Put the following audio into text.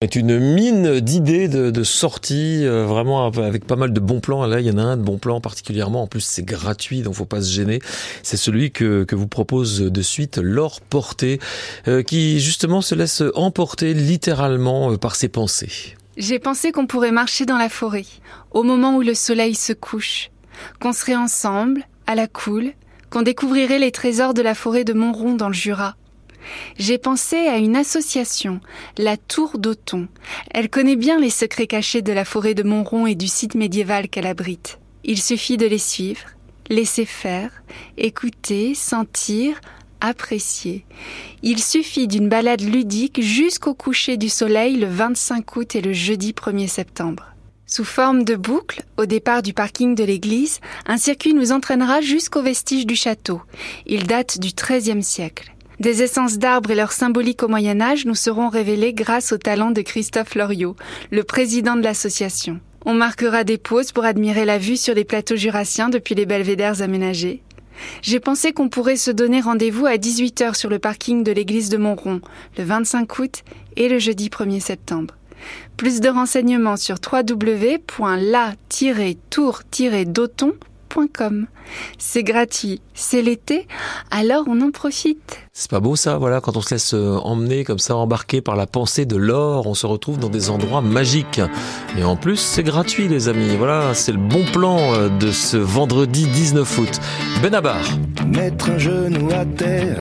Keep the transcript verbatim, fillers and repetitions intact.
C'est une mine d'idées, de, de sorties, euh, vraiment avec pas mal de bons plans. Là, il y en a un de bons plans particulièrement. En plus, c'est gratuit, donc faut pas se gêner. C'est celui que, que vous propose de suite Laure Porté, euh, qui justement se laisse emporter littéralement euh, par ses pensées. J'ai pensé qu'on pourrait marcher dans la forêt, au moment où le soleil se couche, qu'on serait ensemble, à la cool, qu'on découvrirait les trésors de la forêt de Montrond dans le Jura. J'ai pensé à une association, la Tour d'Auton. Elle connaît bien les secrets cachés de la forêt de Montrond et du site médiéval qu'elle abrite. Il suffit de les suivre, laisser faire, écouter, sentir, apprécier. Il suffit d'une balade ludique jusqu'au coucher du soleil le vingt-cinq août et le jeudi premier septembre. Sous forme de boucle, au départ du parking de l'église, un circuit nous entraînera jusqu'aux vestiges du château. Il date du treizième siècle. Des essences d'arbres et leur symbolique au Moyen-Âge nous seront révélées grâce au talent de Christophe Loriot, le président de l'association. On marquera des pauses pour admirer la vue sur les plateaux jurassiens depuis les belvédères aménagés. J'ai pensé qu'on pourrait se donner rendez-vous à dix-huit heures sur le parking de l'église de Montrond, le vingt-cinq août et le jeudi premier septembre. Plus de renseignements sur w w w point la tiret tour tiret dauton point com. C'est gratuit, c'est l'été, alors on en profite. C'est pas beau ça, voilà, quand on se laisse emmener comme ça, embarquer par la pensée de Laure, on se retrouve dans des endroits magiques. Et en plus, c'est gratuit les amis, voilà, c'est le bon plan de ce vendredi dix-neuf août. Benabar. Mettre un genou à terre.